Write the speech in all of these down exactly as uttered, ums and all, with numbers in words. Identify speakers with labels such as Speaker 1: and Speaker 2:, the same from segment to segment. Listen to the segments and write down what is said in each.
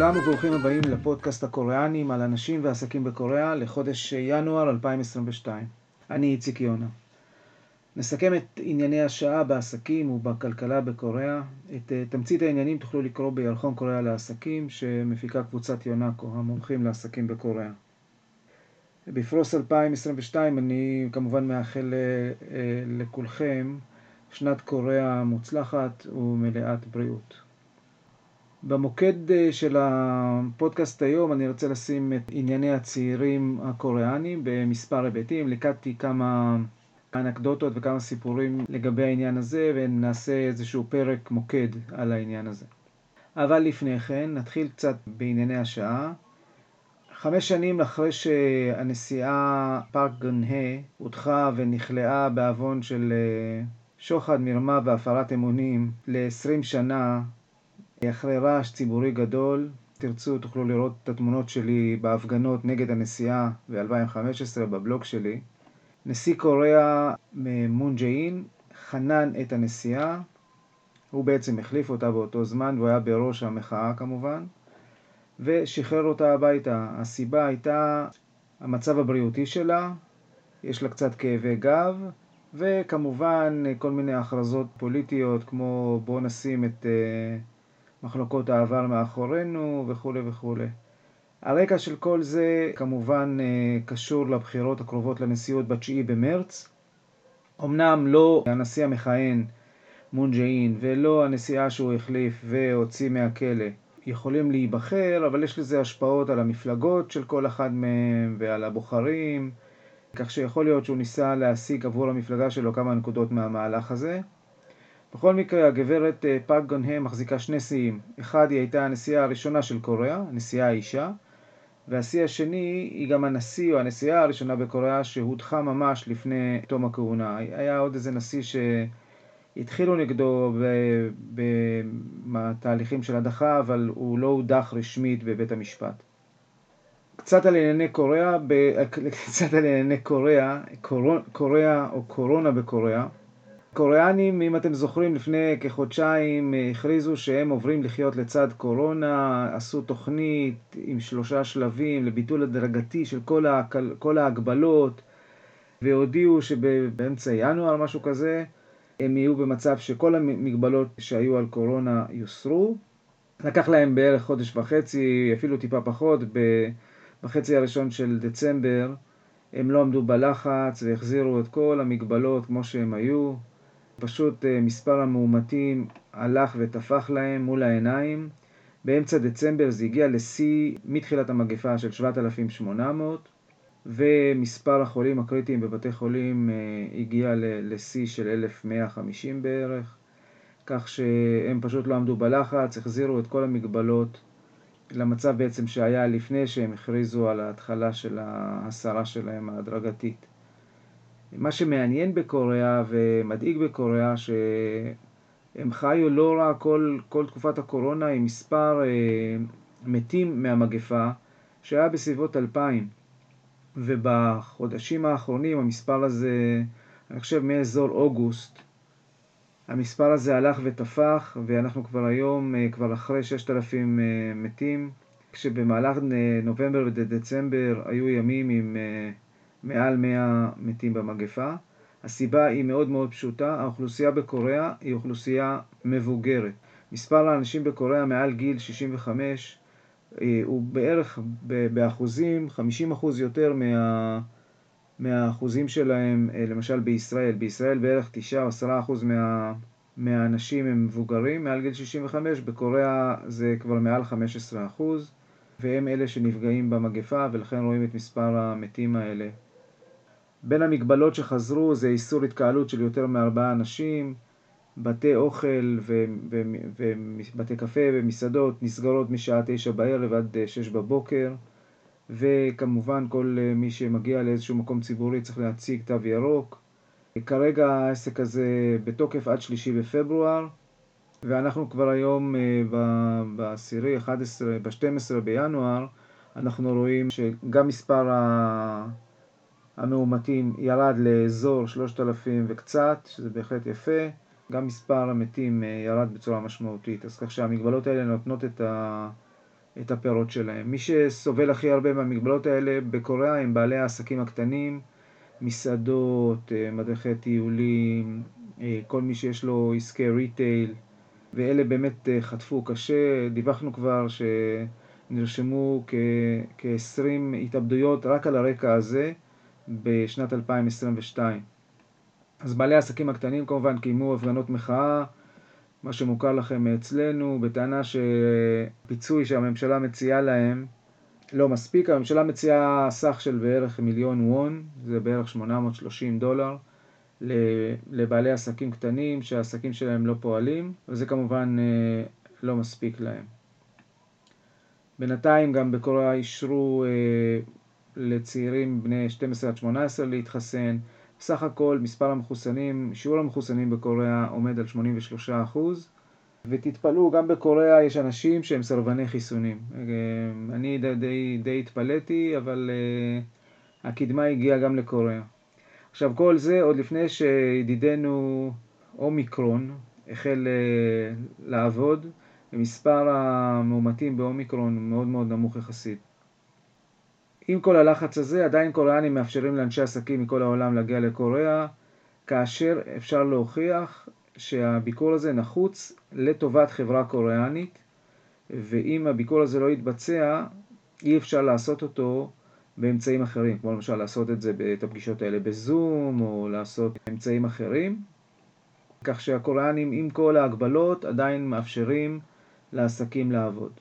Speaker 1: שלום וברוכים הבאים לפודקאסט הקוריאנים על אנשים ועסקים בקוריאה לחודש ינואר אלפיים עשרים ושתיים. אני איציק יונה. נסכם את ענייני השעה בעסקים ובכלכלה בקוריאה. את תמצית העניינים תוכלו לקרוא בירחון קוריאה לעסקים שמפיקה קבוצת יונאקו, המומחים לעסקים בקוריאה. בפרוס אלפיים עשרים ושתיים אני כמובן מאחל לכולכם שנת קוריאה מוצלחת ומלאת בריאות. במוקד של הפודקאסט היום אני רוצה לשים את ענייני הצעירים הקוריאנים במספר היבטים. לקחתי כמה אנקדוטות וכמה סיפורים לגבי העניין הזה ונעשה איזשהו פרק מוקד על העניין הזה. אבל לפני כן נתחיל קצת בענייני השעה. חמש שנים אחרי שהנשיאה פארק גן-הי הודחה ונכלאה בעוון של שוחד, מרמה והפרת אמונים ל-עשרים שנה, אחרי רעש ציבורי גדול, תרצו תוכלו לראות את התמונות שלי בהפגנות נגד הנשיאה ב-אלפיים וחמש עשרה בבלוג שלי. נשיא קוריאה מון ג'אין חנן את הנשיאה, הוא בעצם החליף אותה באותו זמן והוא היה בראש המחאה כמובן, ושחרר אותה הביתה. הסיבה הייתה המצב הבריאותי שלה, יש לה קצת כאבי גב, וכמובן כל מיני הכרזות פוליטיות כמו בוא נשים את מחלוקות העבר מאחורינו וכו' וכו'. הרקע של כל זה כמובן קשור לבחירות הקרובות לנשיאות בתשיעי במרץ. אמנם לא הנשיא המכהן מון ג'אין ולא הנשיאה שהוא החליף והוציא מהכלא יכולים להיבחר, אבל יש לזה השפעות על המפלגות של כל אחד מהם ועל הבוחרים, כך שיכול להיות שהוא ניסה להשיג עבור המפלגה שלו כמה נקודות מהמהלך הזה. בכל מקרה, הגברת פארק גן-הי מחזיקה שני שיאים. אחד, היא הייתה הנשיאה הראשונה של קוריאה, הנשיאה האישה, והשיא השני היא גם הנשיא או הנשיאה הראשונה בקוריאה שהודחה ממש לפני תום הכהונה. היה עוד איזה נשיא שהתחילו נגדו בתהליכים של הדחה, אבל הוא לא הודח רשמית בבית המשפט. קצת על ענייני קוריאה, קצת על ענייני קוריאה, קוריאה או קורונה בקוריאה. קוריאנים, אם אתם זוכרים, לפני כחודשיים הכריזו שהם עוברים לחיות לצד קורונה, עשו תוכנית עם שלושה שלבים לביטול הדרגתי של כל, ההקל, כל ההגבלות, והודיעו שבאמצע ינואר, משהו כזה, הם יהיו במצב שכל המגבלות שהיו על קורונה יוסרו. לקח להם בערך חודש וחצי, אפילו טיפה פחות, בחצי הראשון של דצמבר, הם לא עמדו בלחץ והחזירו את כל המגבלות כמו שהם היו. פשוט מספר המאומתים הלך ותפח להם מול העיניים. באמצע דצמבר זה הגיע לשיא מתחילת המגפה של שבעת אלפים ושמונה מאות, ומספר החולים הקריטיים בבתי חולים הגיע לשיא של אלף מאה וחמישים בערך, כך שהם פשוט לא עמדו בלחץ, החזירו את כל המגבלות למצב בעצם שהיה לפני שהם הכריזו על ההתחלה של ההסרה שלהם ההדרגתית. מה שמעניין בקוריאה ומדאיג בקוריאה שהם חיו לא רק כל, כל תקופת הקורונה עם מספר אה, מתים מהמגפה שהיה בסביבות אלפיים, ובחודשים האחרונים המספר הזה, אני חושב מאזור אוגוסט, המספר הזה הלך ותפח, ואנחנו כבר היום כבר אחרי ששת אלפים מתים, כשבמהלך נובמבר ודצמבר היו ימים עם מעל מאה מתים במגפה. הסיבה היא מאוד מאוד פשוטה, האוכלוסייה בקוריאה היא אוכלוסייה מבוגרת. מספר האנשים בקוריאה מעל גיל שישים וחמש הוא בערך באחוזים, חמישים אחוז יותר מה, מהאחוזים שלהם למשל בישראל. בישראל בערך תשעה או עשרה אחוז מה, מהאנשים הם מבוגרים מעל גיל שישים וחמש, בקוריאה זה כבר מעל חמישה עשר אחוז, והם אלה שנפגעים במגפה, ולכן רואים את מספר המתים האלה. בין המגבלות שחזרו זה איסור התקהלות של יותר מארבעה אנשים, בתי אוכל ובתי קפה ומסעדות נסגרות משעה תשע בערב עד שש בבוקר, וכמובן כל מי שמגיע לאיזשהו מקום ציבורי צריך להציג תו ירוק. כרגע העסק הזה בתוקף עד שלישי בפברואר, ואנחנו כבר היום בעשירי, אחד עשר, ב-שנים עשר בינואר, אנחנו רואים שגם מספר המאומתים ירד לאזור שלושת אלפים וקצת, שזה בהחלט יפה, גם מספר המתים ירד בצורה משמעותית. אז כך שהמגבלות האלה נותנות את, ה, את הפירות שלהם. מי שסובל הכי הרבה מהמגבלות האלה בקוריאה הם בעלי העסקים הקטנים, מסעדות, מדריכי טיולים, כל מי שיש לו עסקי ריטייל, ואלה באמת חטפו קשה. דיווחנו כבר שנרשמו כ-עשרים התאבדויות רק על הרקע הזה בשנת אלפיים עשרים ושתיים. אז בעלי העסקים הקטנים כמובן קיימו הפגנות מחאה, מה שמוכר לכם אצלנו, בטענה שפיצוי שהממשלה מציעה להם לא מספיק. הממשלה מציעה סך של בערך מיליון וון, זה בערך שמונה מאות ושלושים דולר, לבעלי עסקים קטנים שהעסקים שלהם לא פועלים, וזה כמובן לא מספיק להם. בינתיים גם בקוריאה אישרו לצעירים בני שתים עשרה עד שמונה עשרה להתחסן. בסך הכל מספר המחוסנים, שיעור המחוסנים בקוריאה עומד על שמונים ושלושה אחוז, ותתפלאו, גם בקוריאה יש אנשים שהם סרבני חיסונים. אני די, די, די התפלאתי, אבל uh, הקדמה הגיעה גם לקוריאה. עכשיו כל זה עוד לפני שידידנו אומיקרון החל uh, לעבוד, ומספר המאומתים באומיקרון מאוד מאוד נמוך יחסית. עם כל הלחץ הזה, עדיין קוריאנים מאפשרים לאנשי עסקים מכל העולם להגיע לקוריאה, כאשר אפשר להוכיח שהביקור הזה נחוץ לטובת חברה קוריאנית, ואם הביקור הזה לא יתבצע, אי אפשר לעשות אותו באמצעים אחרים, כמו למשל לעשות את זה את הפגישות האלה בזום, או לעשות אמצעים אחרים, כך שהקוריאנים עם כל ההגבלות עדיין מאפשרים לעסקים לעבוד.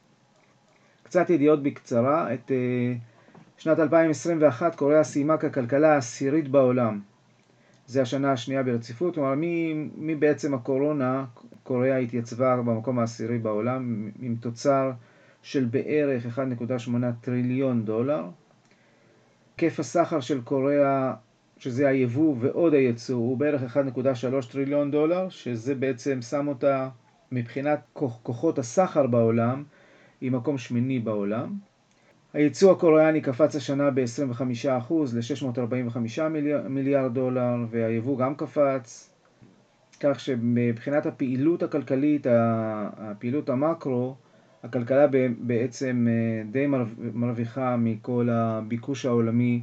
Speaker 1: קצת ידיעות בקצרה, את שנת אלפיים עשרים ואחת קוריאה סיימה ככלכלה העשירית בעולם. זה השנה השנייה ברציפות, כלומר מי, מי בעצם הקורונה, קוריאה התייצבה במקום העשירי בעולם, עם תוצר של בערך אחד נקודה שמונה טריליון דולר. היקף הסחר של קוריאה, שזה היבוא ועוד הייצוא, הוא בערך אחד נקודה שלוש טריליון דולר, שזה בעצם שם אותה מבחינת כוחות הסחר בעולם, עם מקום שמיני בעולם. הייצוא הקוריאני קפץ השנה ב-עשרים וחמישה אחוז ל-שש מאות ארבעים וחמישה מיליארד דולר, והיבוא גם קפץ, כך שמבחינת הפעילות הכלכלית, הפעילות המקרו, הכלכלה בעצם די מרוויחה מכל הביקוש העולמי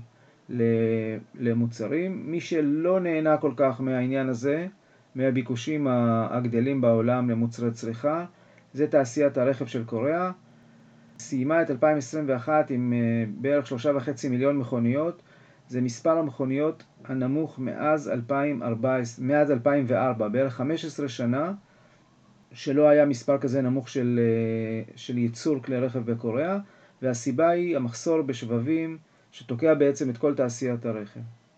Speaker 1: למוצרים. מי שלא נהנה כל כך מהעניין הזה, מהביקושים הגדלים בעולם למוצרי צריכה, זה תעשיית הרכב של קוריאה. סיימה את אלפיים עשרים ואחת עם בערך שלושה וחצי מיליון מכוניות. זה מספר המכוניות הנמוך מאז אלפיים וארבע, בערך חמש עשרה שנה שלא היה מספר כזה נמוך של, של ייצור כלי רכב בקוריאה, והסיבה היא המחסור בשבבים שתוקע בעצם את כל תעשיית הרכב.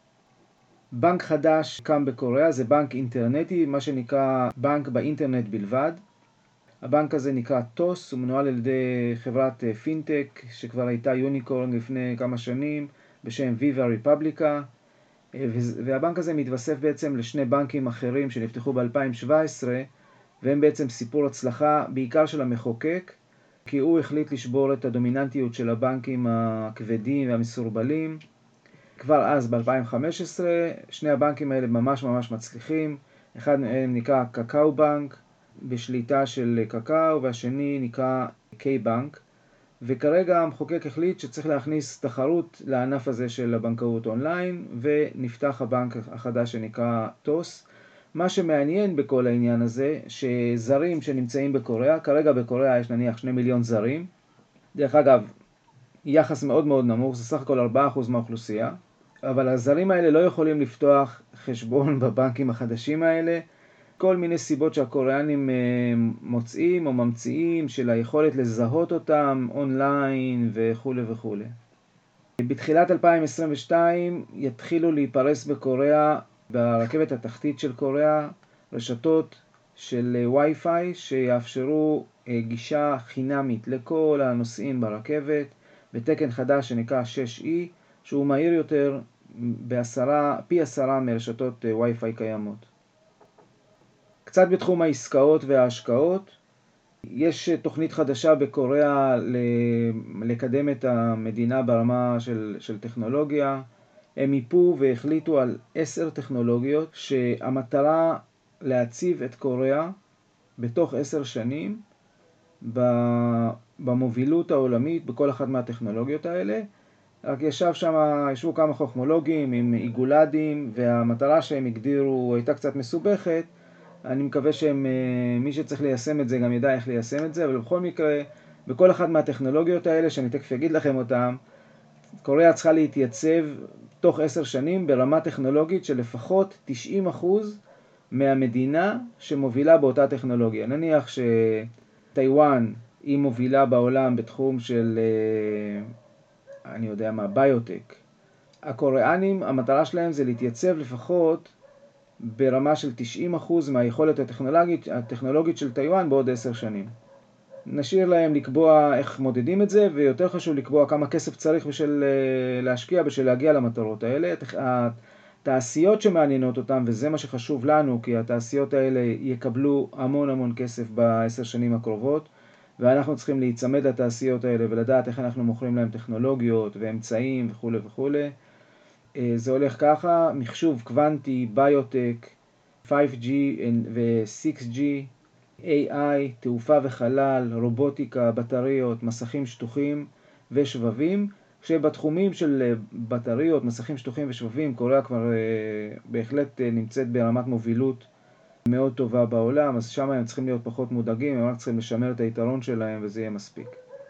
Speaker 1: בנק חדש קם בקוריאה, זה בנק אינטרנטי, מה שנקרא בנק באינטרנט בלבד. הבנק הזה נקרא טוס, הוא מנוהל על ידי חברת פינטק שכבר הייתה יוניקורן לפני כמה שנים בשם ויבה ריפבליקה, והבנק הזה מתווסף בעצם לשני בנקים אחרים שנפתחו ב-אלפיים שבע עשרה, והם בעצם סיפור הצלחה בעיקר של המחוקק, כי הוא החליט לשבור את הדומיננטיות של הבנקים הכבדים והמסורבלים. כבר אז ב-אלפיים וחמש עשרה שני הבנקים האלה ממש ממש מצליחים, אחד מהם נקרא קקאו בנק, בשליטה של קקאו, והשני נקרא קיי-בנק, וכרגע המחוקק החליט שצריך להכניס תחרות לענף הזה של הבנקאות אונליין, ונפתח הבנק החדש שנקרא טוס. מה שמעניין בכל העניין הזה, שזרים שנמצאים בקוריאה, כרגע בקוריאה יש נניח שני מיליון זרים, דרך אגב, יחס מאוד מאוד נמוך, זה סך הכל ארבעה אחוז מהאוכלוסייה, אבל הזרים האלה לא יכולים לפתוח חשבון בבנקים החדשים האלה, כל מיני סיבות שהקוריאנים מוצאים או ממציאים של היכולת לזהות אותם אונליין וכו' וכו'. בתחילת אלפיים עשרים ושתיים יתחילו להיפרס בקוריאה, ברכבת התחתית של קוריאה, רשתות של וי-פיי שיאפשרו גישה חינמית לכל הנוסעים ברכבת, בתקן חדש שנקרא שש אי, שהוא מהיר יותר בעשרה, פי עשרה מרשתות וי-פיי קיימות. קצת בתחום העסקאות וההשקעות, יש תוכנית חדשה בקוריאה לקדם את המדינה ברמה של, של טכנולוגיה. הם מיפו והחליטו על עשר טכנולוגיות שהמטרה להציב את קוריאה בתוך עשר שנים במובילות העולמית בכל אחת מהטכנולוגיות האלה. רק ישב שם, ישבו כמה חוכמולוגים עם עיגולדים, והמטרה שהם הגדירו הייתה קצת מסובכת. אני מקווה שמי שצריך ליישם את זה גם ידע איך ליישם את זה, אבל בכל מקרה, בכל אחת מהטכנולוגיות האלה, שאני תכף אגיד לכם אותם, קוריאה צריכה להתייצב תוך עשר שנים ברמה טכנולוגית של לפחות תשעים אחוז מהמדינה שמובילה באותה טכנולוגיה. נניח שטיואן היא מובילה בעולם בתחום של, אני יודע מה, ביוטק. הקוריאנים, המטרה שלהם זה להתייצב לפחות ברמה של תשעים אחוז מהיכולת הטכנולוגית, הטכנולוגית של טיואן בעוד עשר שנים. נשאיר להם לקבוע איך מודדים את זה, ויותר חשוב לקבוע כמה כסף צריך בשביל להשקיע, בשביל להגיע למטרות האלה. התעשיות שמעניינות אותם, וזה מה שחשוב לנו, כי התעשיות האלה יקבלו המון המון כסף בעשר שנים הקרובות, ואנחנו צריכים להיצמד לתעשיות האלה ולדעת איך אנחנו מוכרים להם טכנולוגיות ואמצעים וכו' וכו'. זה הולך ככה: מחשוב קוונטי, ביוטק, חמש ג'י ו-שש ג'י, איי איי, תעופה וחלל, רובוטיקה, בטריות, מסכים שטוחים ושבבים, כשבתחומים של בטריות, מסכים שטוחים ושבבים, קוריאה כבר אה, בהחלט אה, נמצאת ברמת מובילות מאוד טובה בעולם, אז שם הם צריכים להיות פחות מודאגים, הם רק צריכים לשמר את היתרון שלהם וזה יהיה מספיק.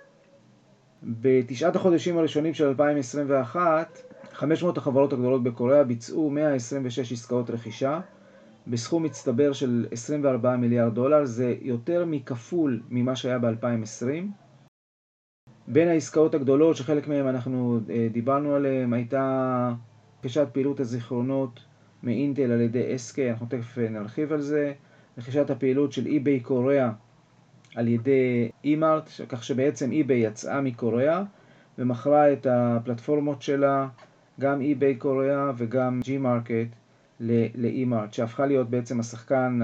Speaker 1: בתשעת החודשים הראשונים של אלפיים עשרים ואחת, חמש מאות החברות הגדולות בקוריאה ביצעו מאה עשרים ושש עסקאות רכישה, בסכום מצטבר של עשרים וארבעה מיליארד דולר, זה יותר מכפול ממה שהיה ב-אלפיים עשרים. בין העסקאות הגדולות, שחלק מהם אנחנו דיברנו עליהם, הייתה רכישת פעילות הזיכרונות מאינטל על ידי אס קיי, אנחנו תכף נרחיב על זה, רכישת הפעילות של eBay קוריאה על ידי אימארט, כך שבעצם eBay יצאה מקוריאה ומכרה את הפלטפורמות שלה, גם eBay קוריאה וגם Gmarket, לאימארט, שהפכה להיות בעצם השחקן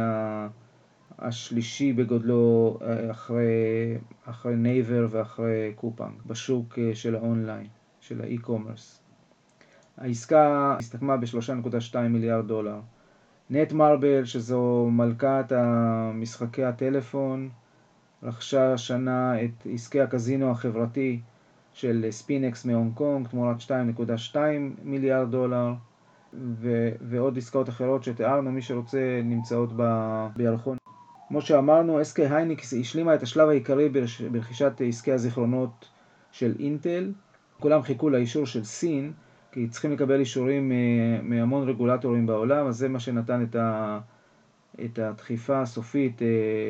Speaker 1: השלישי בגודלו אחרי, אחרי נייבר ואחרי קופאנג, בשוק של האונליין, של האי-קומרס. העסקה הסתכמה ב-שלוש נקודה שתיים מיליארד דולר. נטמרבל, שזו מלכת משחקי הטלפון, רכשה השנה את עסקי הקזינו החברתי של ספינקס מהונג קונג, תמורת שתיים נקודה שתיים מיליארד דולר. ו- ועוד עסקאות אחרות שתיארנו, מי שרוצה נמצאות ב- בירחון. כמו שאמרנו, אס קיי הייניקס השלימה את השלב העיקרי ברש- ברכישת עסקי הזיכרונות של אינטל. כולם חיכו לאישור של סין, כי צריכים לקבל אישורים מהמון רגולטורים בעולם, אז זה מה שנתן את, ה- את הדחיפה הסופית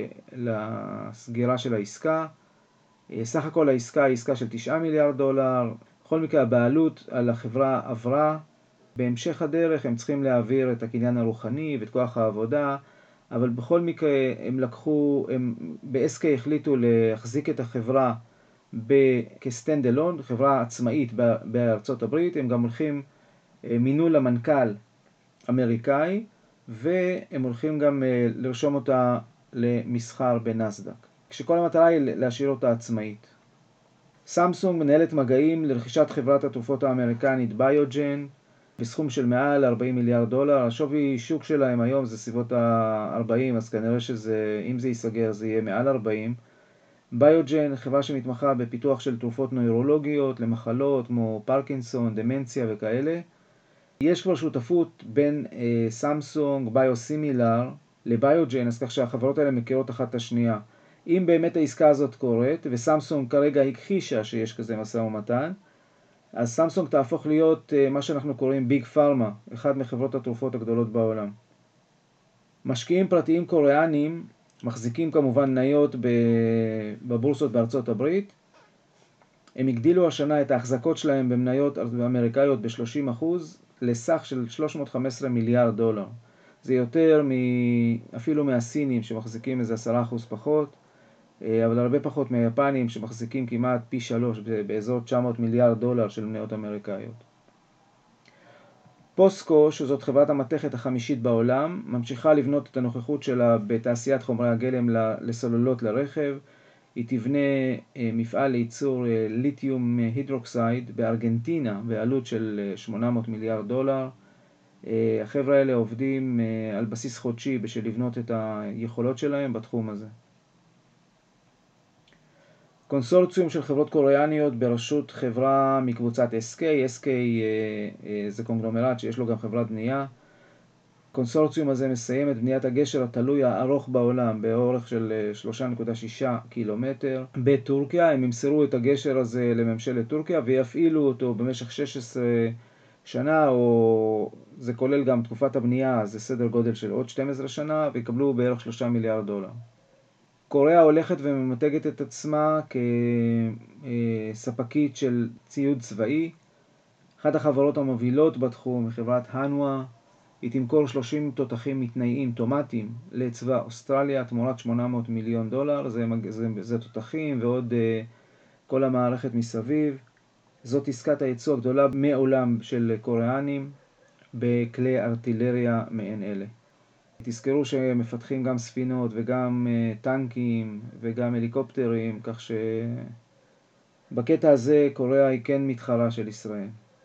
Speaker 1: לסגירה של העסקה. סך הכל העסקה היא עסקה של תשעה מיליארד דולר. בכל מקרה הבעלות על החברה עברה. בהמשך הדרך הם צריכים להעביר את הקניין הרוחני ואת כוח העבודה, אבל בכל מקרה הם לקחו, הם ב-אס קיי החליטו להחזיק את החברה כסטנד אלון, חברה עצמאית בארצות הברית. הם גם הולכים, מינו למנכ"ל אמריקאי, והם הולכים גם לרשום אותה למסחר בנסדק, כשכל המטרה היא להשאיר אותה עצמאית. סמסונג מנהלת מגעים לרכישת חברת התרופות האמריקנית ביוג'ן, בסכום של מעל ארבעים מיליארד דולר. השווי שוק שלהם היום זה סביבות ה-ארבעים, אז כנראה שזה, אם זה ייסגר זה יהיה מעל ארבעים. ביוג'ן, חברה שמתמחה בפיתוח של תרופות נוירולוגיות למחלות כמו פרקינסון, דמנציה וכאלה. יש כבר שותפות בין אה, סמסונג, ביוסימילר לביוג'ן, אז כך שהחברות האלה מכירות אחת את השנייה. אם באמת העסקה הזאת קורית, וסמסונג כרגע הכחישה שיש כזה משא ומתן, אז סמסונג תהפוך להיות מה שאנחנו קוראים ביג פארמה, אחד מחברות התרופות הגדולות בעולם. משקיעים פרטיים קוריאנים מחזיקים כמובן מניות בבורסות בארצות הברית. הם הגדילו השנה את ההחזקות שלהם במניות אמריקאיות ב-שלושים אחוז לסך של שלוש מאות וחמש עשרה מיליארד דולר. זה יותר אפילו מהסינים שמחזיקים איזה עשרה אחוז פחות, אבל הרבה פחות מהיפנים שמחזיקים כמעט פי שלוש, באזור תשע מאות מיליארד דולר של מניות אמריקאיות. פוסקו, שזאת חברת המתכת החמישית בעולם, ממשיכה לבנות את הנוכחות שלה בתעשיית חומרי הגלם לסוללות לרכב. היא תבנה מפעל לייצור ליתיום הידרוקסייד בארגנטינה בעלות של שמונה מאות מיליארד דולר. החבר'ה האלה עובדים על בסיס חודשי בשביל לבנות את היכולות שלהם בתחום הזה. קונסורציום של חברות קוריאניות בראשות חברה מקבוצת אס קיי. אס קיי זה קונגלומרט שיש לו גם חברת בנייה. הקונסורציום הזה מסיים את בניית הגשר התלוי הארוך בעולם באורך של שלוש נקודה שש קילומטר בטורקיה. הם ימסרו את הגשר הזה לממשלת טורקיה ויפעילו אותו במשך שש עשרה שנה, או זה כולל גם תקופת הבנייה, זה סדר גודל של עוד שתים עשרה שנה, ויקבלו בערך שלושה מיליארד דולר. קוריאה הולכת וממתגת את עצמה כספקית של ציוד צבאי. אחת החברות המובילות בתחום היא חברת הנווה. היא תמכור שלושים תותחים מתנייעים טומטיים לצבא אוסטרליה תמורת שמונה מאות מיליון דולר. זה, זה, זה תותחים ועוד כל המערכת מסביב. זאת עסקת הייצוא הגדולה מעולם של קוריאנים בכלי ארטילריה מעין אלה. תזכרו שמפתחים גם ספינות וגם טנקים וגם הליקופטרים, כך שבקטע הזה קוריאה היא כן מתחרה של ישראל.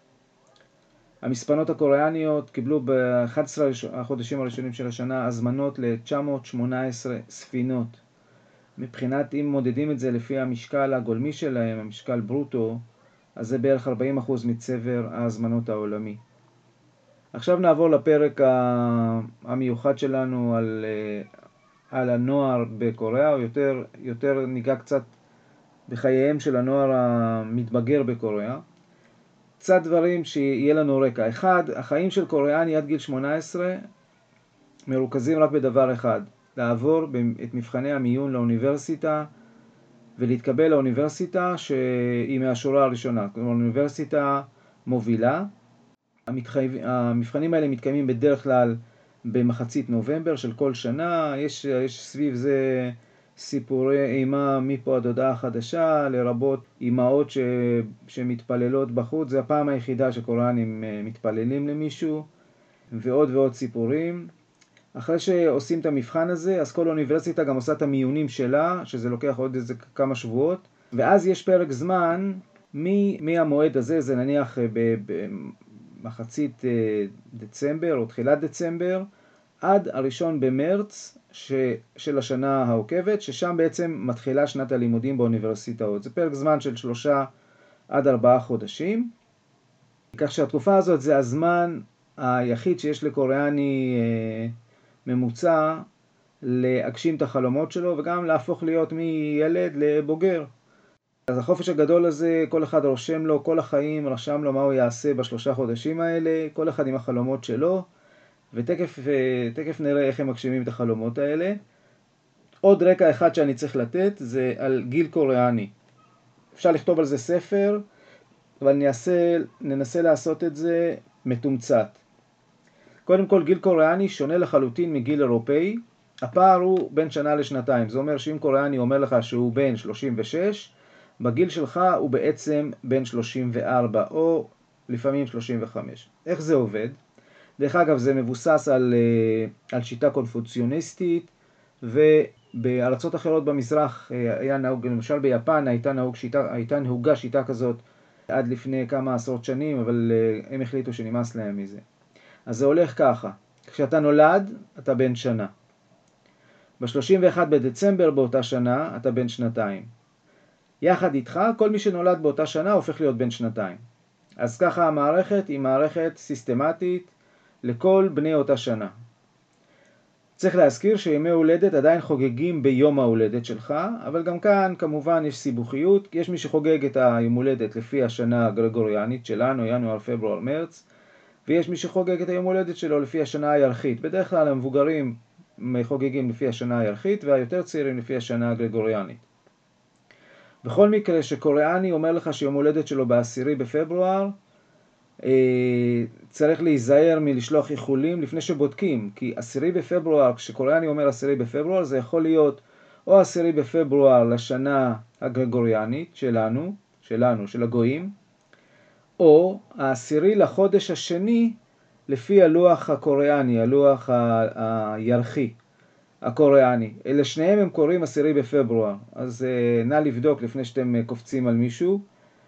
Speaker 1: המספנות הקוריאניות קיבלו ב-אחד עשר החודשים הראשונים של השנה הזמנות ל-תשע מאות שמונה עשרה ספינות. מבחינת, אם מודדים את זה לפי המשקל הגולמי שלהם, המשקל ברוטו, אז זה בערך ארבעים אחוז מצבר ההזמנות העולמי. עכשיו נעבור לפרק המיוחד שלנו על, על הנוער בקוריאה, או יותר, יותר ניגע קצת בחייהם של הנוער המתבגר בקוריאה. קצת דברים שיהיה לנו רקע. אחד, החיים של קוריאני עד גיל שמונה עשרה מרוכזים רק בדבר אחד, לעבור את מבחני המיון לאוניברסיטה ולהתקבל לאוניברסיטה שהיא מהשורה הראשונה, כלומר אוניברסיטה מובילה. המתחייב... המבחנים האלה מתקיימים בדרך כלל במחצית נובמבר של כל שנה. יש, יש סביב זה סיפורי אימה מפה עד הודעה חדשה, לרבות אימהות ש... שמתפללות בחוץ. זה הפעם היחידה שקוריאנים מתפללים למישהו, ועוד ועוד סיפורים. אחרי שעושים את המבחן הזה, אז כל אוניברסיטה גם עושה את המיונים שלה, שזה לוקח עוד איזה כמה שבועות, ואז יש פרק זמן מהמועד הזה, זה נניח במחצית דצמבר או תחילת דצמבר, עד הראשון במרץ ש... של השנה העוקבת, ששם בעצם מתחילה שנת הלימודים באוניברסיטאות. זה פרק זמן של שלושה עד ארבעה חודשים, כך שהתקופה הזאת זה הזמן היחיד שיש לקוריאני ממוצע להגשים את החלומות שלו וגם להפוך להיות מילד לבוגר. אז החופש הגדול הזה, כל אחד רושם לו, כל החיים רשם לו מה הוא יעשה בשלושה חודשים האלה, כל אחד עם החלומות שלו, ותקף, ותקף נראה איך הם מגשימים את החלומות האלה. עוד רקע אחד שאני צריך לתת זה על גיל קוריאני. אפשר לכתוב על זה ספר, אבל ננסה, ננסה לעשות את זה מתומצת. קודם כל, גיל קוריאני שונה לחלוטין מגיל אירופאי. הפער הוא בין שנה לשנתיים. זה אומר שאם קוריאני אומר לך שהוא בן שלושים ושש, בגיל שלך הוא בעצם בן שלושים וארבע או לפעמים שלושים וחמש. איך זה עובד? דרך אגב, זה מבוסס על, על שיטה קונפוציוניסטית, ובארצות אחרות במזרח היה נהוג, למשל ביפן הייתה, נהוג שיטה, הייתה נהוגה שיטה כזאת עד לפני כמה עשרות שנים, אבל הם החליטו שנמאס להם מזה. אז זה הולך ככה, כשאתה נולד, אתה בן שנה. ב-שלושים ואחד בדצמבר באותה שנה, אתה בן שנתיים. יחד איתך, כל מי שנולד באותה שנה הופך להיות בן שנתיים. אז ככה המערכת היא מערכת סיסטמטית לכל בני אותה שנה. צריך להזכיר שימי הולדת עדיין חוגגים ביום ההולדת שלך, אבל גם כאן כמובן יש סיבוכיות. יש מי שחוגג את היום הולדת לפי השנה הגרגוריאנית שלנו, ינואר, פברואר, מרץ, ויש מי שחוגג את היום הולדת שלו לפי השנה הירחית. בדרך כלל המבוגרים חוגגים לפי השנה הירחית והיותר צעירים לפי השנה הגרגוריאנית. בכל מקרה שקוריאני אומר לך שיום הולדת שלו בעשירי בפברואר, צריך להיזהר מלשלוח איחולים לפני שבודקים, כי עשירי בפברואר, כשקוריאני אומר עשירי בפברואר, זה יכול להיות או עשירי בפברואר לשנה הגרגוריאנית שלנו, שלנו, של הגויים, או העשירי לחודש השני לפי הלוח הקוריאני, הלוח הירחי הקוריאני. אלה שניהם הם קוראים עשירי בפברואר, אז נא לבדוק לפני שאתם קופצים על מישהו.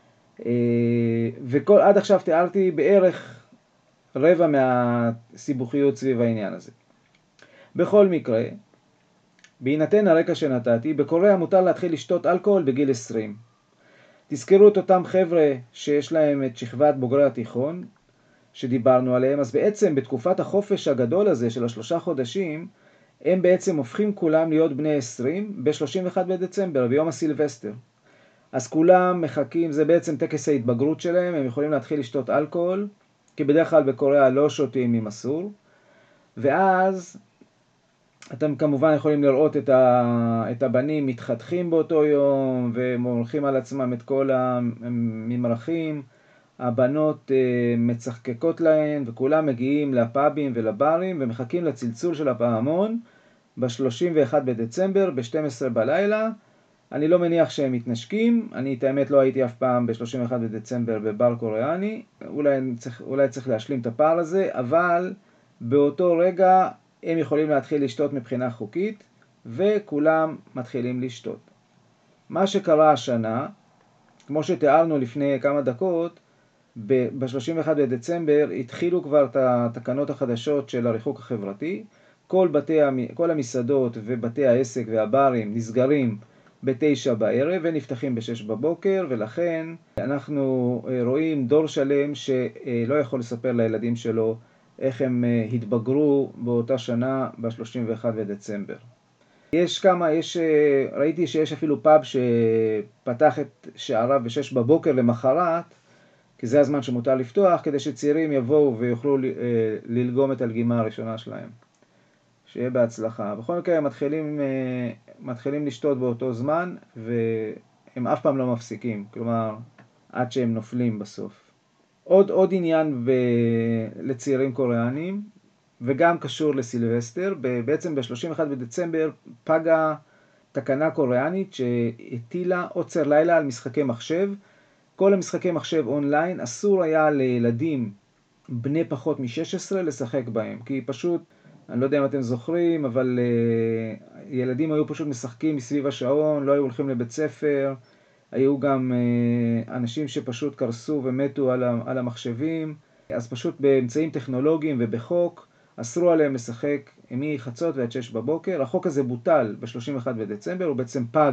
Speaker 1: וכל עד עכשיו תיארתי בערך רבע מהסיבוכיות סביב העניין הזה. בכל מקרה, בהינתן הרקע שנתתי, בקוריאה מותר להתחיל לשתות אלכוהול בגיל עשרים. תזכרו את אותם חבר'ה שיש להם את שכבת בוגרי התיכון, שדיברנו עליהם, אז בעצם בתקופת החופש הגדול הזה של השלושה חודשים, הם בעצם הופכים כולם להיות בני עשרים ב-שלושים ואחד בדצמבר, ביום הסילבסטר. אז כולם מחכים, זה בעצם טקס ההתבגרות שלהם, הם יכולים להתחיל לשתות אלכוהול, כי בדרך כלל בקוריאה לא שותים עם אסור, ואז אתם כמובן יכולים לראות את, ה, את הבנים מתחתכים באותו יום, והם הולכים על עצמם את כל הממרחים, הבנות מצחקקות להן, וכולם מגיעים לפאבים ולברים, ומחכים לצלצול של הפעמון, ב-שלושים ואחד בדצמבר, ב-שתים עשרה בלילה. אני לא מניח שהם מתנשקים, אני את האמת לא הייתי אף פעם ב-שלושים ואחד בדצמבר בבר קוריאני, אולי צריך, אולי צריך להשלים את הפער הזה, אבל באותו רגע הם יכולים להתחיל לשתות מבחינה חוקית, וכולם מתחילים לשתות. מה שקרה השנה, כמו שתיארנו לפני כמה דקות, ב-שלושים ואחד בדצמבר התחילו כבר את התקנות החדשות של הריחוק החברתי, כל, בתי, כל המסעדות ובתי העסק והברים נסגרים בתשע בערב ונפתחים בשש בבוקר, ולכן אנחנו רואים דור שלם שלא יכול לספר לילדים שלו איך הם התבגרו באותה שנה ב-שלושים ואחד בדצמבר. יש כמה, יש, ראיתי שיש אפילו פאב שפתח את שעריו בשש בבוקר למחרת, כי זה הזמן שמותר לפתוח, כדי שצעירים יבואו ויוכלו ללגום את הלגימה הראשונה שלהם. שיהיה בהצלחה. בכל מקרה הם מתחילים, מתחילים לשתות באותו זמן, והם אף פעם לא מפסיקים, כלומר, עד שהם נופלים בסוף. עוד, עוד עניין ב... לצעירים קוריאנים, וגם קשור לסילבסטר, בעצם ב-שלושים ואחד בדצמבר פגה תקנה קוריאנית שהטילה עוצר לילה על משחקי מחשב. כל המשחקי מחשב אונליין אסור היה לילדים בני פחות מ-שש עשרה לשחק בהם, כי פשוט, אני לא יודע אם אתם זוכרים, אבל uh, ילדים היו פשוט משחקים מסביב השעון, לא היו הולכים לבית ספר, היו גם uh, אנשים שפשוט קרסו ומתו על, ה- על המחשבים, אז פשוט באמצעים טכנולוגיים ובחוק אסרו עליהם לשחק מחצות ועד שש בבוקר. החוק הזה בוטל ב-שלושים ואחד בדצמבר, הוא בעצם פג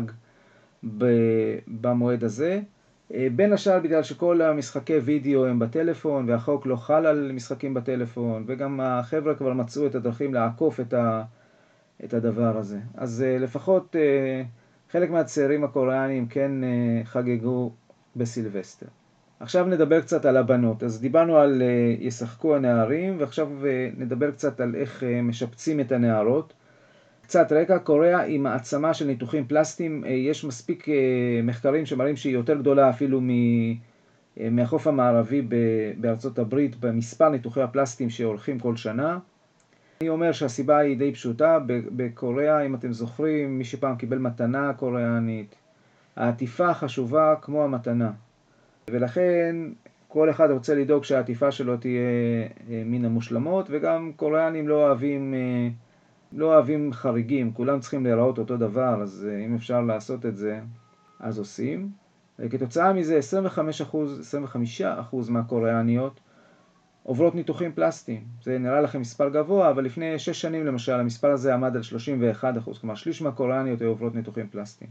Speaker 1: ב- במועד הזה. בין השאר בגלל שכל המשחקי וידאו הם בטלפון, והחוק לא חל על משחקים בטלפון, וגם החבר'ה כבר מצאו את הדרכים לעקוף את, ה, את הדבר הזה. אז לפחות חלק מהצעירים הקוריאנים כן חגגו בסילבסטר. עכשיו נדבר קצת על הבנות. אז דיברנו על ישחקו הנערים, ועכשיו נדבר קצת על איך משפצים את הנערות. קצת רקע, קוריאה היא מעצמה של ניתוחים פלסטיים, יש מספיק מחקרים שמראים שהיא יותר גדולה אפילו מהחוף המערבי בארצות הברית במספר ניתוחי הפלסטיים שעורכים כל שנה. אני אומר שהסיבה היא די פשוטה, בקוריאה, אם אתם זוכרים, מי שפעם קיבל מתנה קוריאנית, העטיפה חשובה כמו המתנה, ולכן כל אחד רוצה לדאוג שהעטיפה שלו תהיה מן המושלמות, וגם קוריאנים לא אוהבים לא אוהבים חריגים, כולם צריכים להיראות אותו דבר, אז אם אפשר לעשות את זה, אז עושים. וכתוצאה מזה עשרים וחמישה אחוז, עשרים וחמישה אחוז מהקוריאניות עוברות ניתוחים פלסטיים. זה נראה לכם מספר גבוה, אבל לפני שש שנים למשל, המספר הזה עמד על שלושים ואחד אחוז, כלומר שליש מהקוריאניות היו עוברות ניתוחים פלסטיים.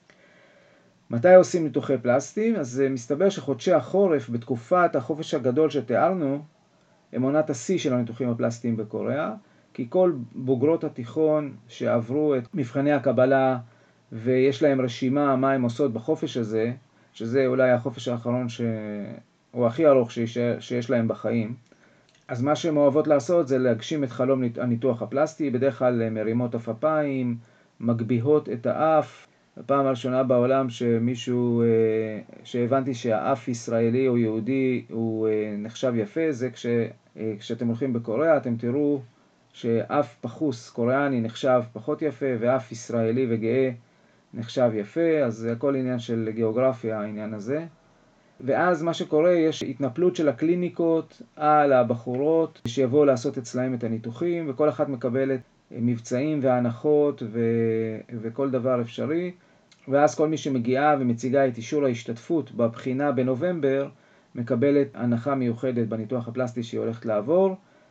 Speaker 1: מתי עושים ניתוחי פלסטיים? אז מסתבר שחודשי החורף, בתקופת החופש הגדול שתיארנו, הם עונת השיא של הניתוחים הפלסטיים בקוריאה, כי כל בוגרות התיכון שעברו את מבחני הקבלה ויש להם רשימה מה הם עושות בחופש הזה, שזה אולי החופש האחרון שהוא הכי ארוך שיש, שיש להם בחיים, אז מה שהן אוהבות לעשות זה להגשים את חלום הניתוח הפלסטי, בדרך כלל מרימות אפיים, מגביהות את האף. הפעם הראשונה בעולם שמישהו, שהבנתי שהאף ישראלי או יהודי הוא נחשב יפה, זה כש, כשאתם הולכים בקוריאה, אתם תראו שאף פחוס קוריאני נחשב פחות יפה, ואף ישראלי וגאה נחשב יפה, אז זה הכל עניין של גיאוגרפיה העניין הזה. ואז מה שקורה, יש התנפלות של הקליניקות על הבחורות שיבואו לעשות אצלהם את הניתוחים, וכל אחת מקבלת מבצעים והנחות ו... וכל דבר אפשרי. ואז כל מי שמגיעה ומציגה את אישור ההשתתפות בבחינה בנובמבר, מקבלת הנחה מיוחדת בניתוח הפלסטי שהיא הולכת לעבור.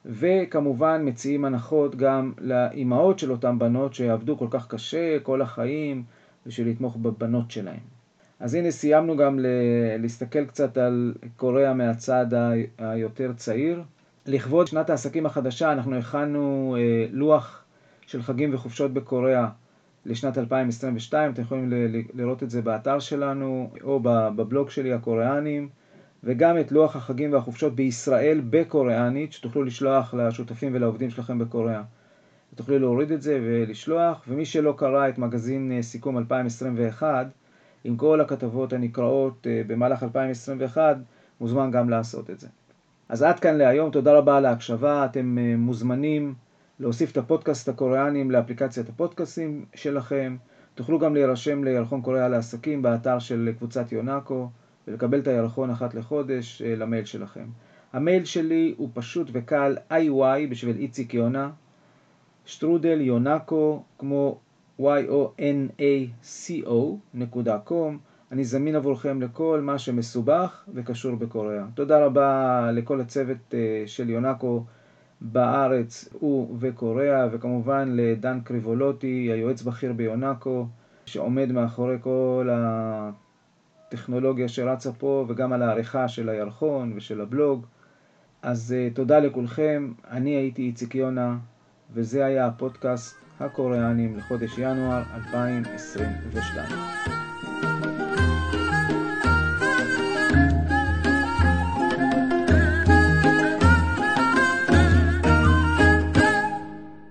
Speaker 1: וכמובן מציעים הנחות גם לאימהות של אותן בנות שעבדו כל כך קשה כל החיים בשביל לתמוך בבנות שלהם. אז הנה סיימנו גם להסתכל קצת על קוריאה מהצד היותר צעיר. לכבוד שנת העסקים החדשה אנחנו הכנו לוח של חגים וחופשות בקוריאה לשנת אלפיים עשרים ושתיים. אתם יכולים לראות את זה באתר שלנו או בבלוג שלי הקוריאנים, וגם את לוח החגים והחופשות בישראל בקוריאנית שתוכלו לשלוח לשותפים ולעובדים שלכם בקוריאה. תוכלו להוריד את זה ולשלוח, ומי שלא קרא את מגזין סיכום אלפיים עשרים ואחת עם כל הכתבות הנקראות במהלך אלפיים עשרים ואחת מוזמן גם לעשות את זה. אז עד כאן להיום, תודה רבה על ההקשבה. אתם מוזמנים להוסיף את הפודקאסט הקוריאנים לאפליקציית הפודקאסטים שלכם. תוכלו גם להירשם לירחון קוריאה לעסקים באתר של קבוצת יונאקו ולקבל את הירחון אחת לחודש למייל שלכם. המייל שלי הוא פשוט וקל, איי וואי בשביל איציק יונה, שטרודל יונאקו כמו וואי או אן איי סי או נקודה קום. אני זמין עבורכם לכל מה שמסובך וקשור בקוריאה. תודה רבה לכל הצוות של יונאקו בארץ ובקוריאה, וכמובן לדן קריבולוטי, היועץ בכיר ביונאקו, שעומד מאחורי כל הטכנולוגיה שרצה פה, וגם על העריכה של הירחון ושל הבלוג. אז תודה לכולכם, אני הייתי איציק יונה, וזה היה הפודקאסט הקוריאנים לחודש ינואר אלפיים עשרים ושתיים.